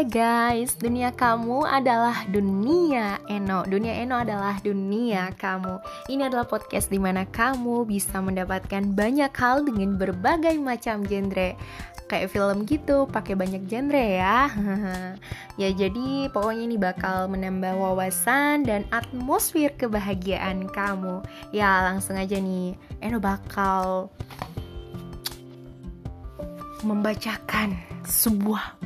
guys, dunia kamu adalah dunia Eno. Dunia Eno adalah dunia kamu. Ini adalah podcast di mana kamu bisa mendapatkan banyak hal dengan berbagai macam genre. Kayak film gitu, pakai banyak genre ya. Ya jadi pokoknya ini bakal menambah wawasan dan atmosfer kebahagiaan kamu. Ya langsung aja nih, Eno bakal membacakan sebuah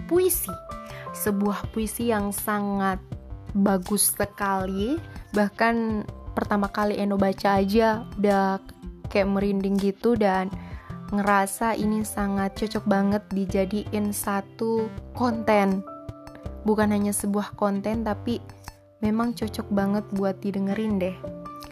puisi yang sangat bagus sekali. Bahkan pertama kali Eno baca aja udah kayak merinding gitu dan ngerasa ini sangat cocok banget dijadiin satu konten. Bukan hanya sebuah konten tapi memang cocok banget buat didengerin deh.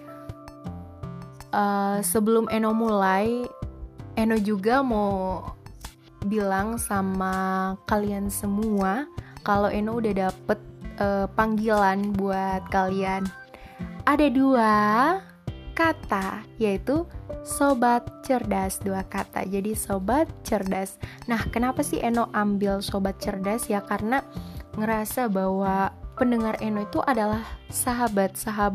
Sebelum Eno mulai, Eno juga mau bilang sama kalian semua kalau Eno udah dapet panggilan buat kalian. Ada 2 kata, yaitu sobat cerdas, 2 kata. Jadi sobat cerdas. Nah, kenapa sih Eno ambil sobat cerdas? Ya karena ngerasa bahwa pendengar Eno itu adalah sahabat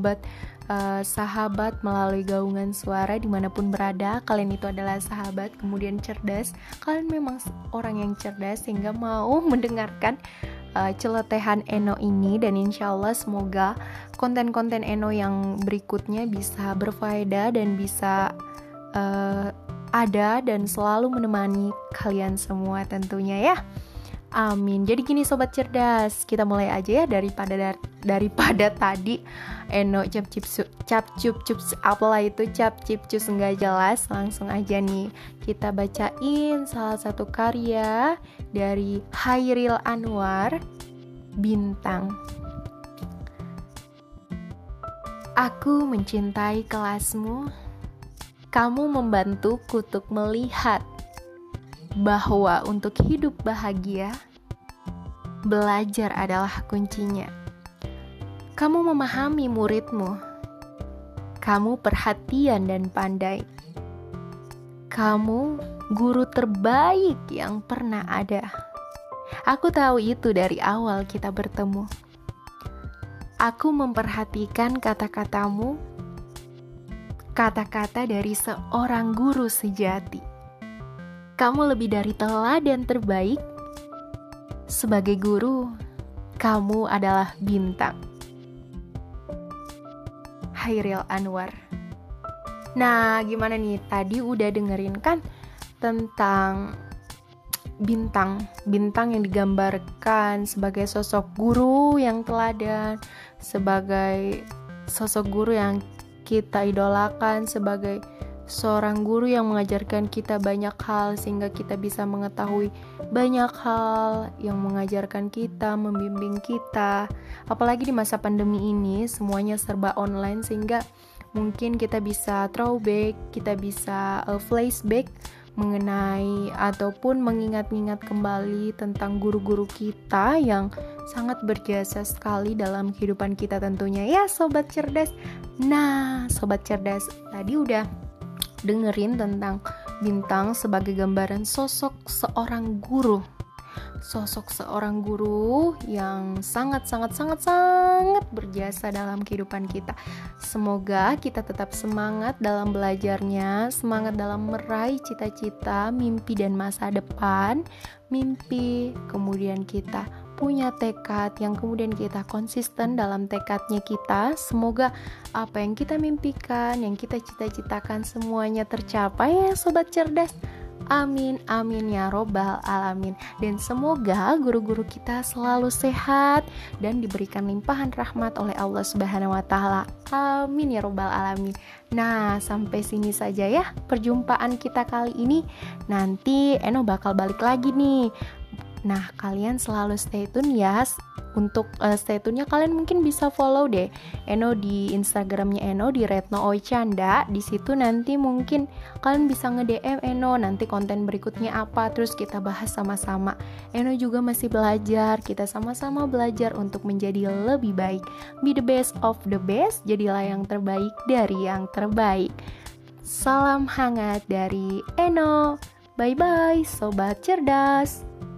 melalui gaungan suara dimanapun berada. Kalian itu adalah sahabat, kemudian cerdas. Kalian memang orang yang cerdas sehingga mau mendengarkan celotehan Eno ini. Dan insya Allah semoga konten-konten Eno yang berikutnya bisa berfaedah dan bisa ada dan selalu menemani kalian semua tentunya ya. Amin. Jadi gini sobat cerdas, kita mulai aja ya daripada tadi Eno cap cup apalah itu cap cus nggak jelas. Langsung aja nih kita bacain salah satu karya dari Hairil Anwar, Bintang. Aku mencintai kelasmu. Kamu membantuku untuk melihat bahwa untuk hidup bahagia, belajar adalah kuncinya. Kamu memahami muridmu. Kamu perhatian dan pandai. Kamu guru terbaik yang pernah ada. Aku tahu itu dari awal kita bertemu. Aku memperhatikan kata-katamu, kata-kata dari seorang guru sejati. Kamu lebih dari teladan terbaik. Sebagai guru, kamu adalah bintang. Hairil Anwar. Nah, gimana nih? Tadi udah dengerin kan tentang bintang yang digambarkan sebagai sosok guru yang teladan, sebagai sosok guru yang kita idolakan, sebagai seorang guru yang mengajarkan kita banyak hal sehingga kita bisa mengetahui banyak hal, yang mengajarkan kita, membimbing kita. Apalagi di masa pandemi ini semuanya serba online sehingga mungkin kita bisa throwback, kita bisa flashback mengenai ataupun mengingat-ingat kembali tentang guru-guru kita yang sangat berjasa sekali dalam kehidupan kita tentunya ya sobat cerdas. Nah, sobat cerdas, tadi udah dengerin tentang bintang sebagai gambaran sosok seorang guru yang sangat berjasa dalam kehidupan kita. Semoga kita tetap semangat dalam belajarnya, semangat dalam meraih cita-cita, mimpi dan masa depan. Mimpi, kemudian kita punya tekad yang kemudian kita konsisten dalam tekadnya kita. Semoga apa yang kita mimpikan, yang kita cita-citakan semuanya tercapai ya sobat cerdas. Amin, amin ya robbal alamin. Dan semoga guru-guru kita selalu sehat dan diberikan limpahan rahmat oleh Allah Subhanahu wa Ta'ala. Amin ya robbal alamin. Nah, sampai sini saja ya perjumpaan kita kali ini. Nanti Eno bakal balik lagi nih. Nah, kalian selalu stay tune ya. Untuk stay tune-nya kalian mungkin bisa follow deh Eno di Instagramnya Eno di Retno Oicanda. Di situ nanti mungkin kalian bisa nge-DM Eno nanti konten berikutnya apa, terus kita bahas sama-sama. Eno juga masih belajar, kita sama-sama belajar untuk menjadi lebih baik. Be the best of the best, jadilah yang terbaik dari yang terbaik. Salam hangat dari Eno. Bye-bye sobat cerdas.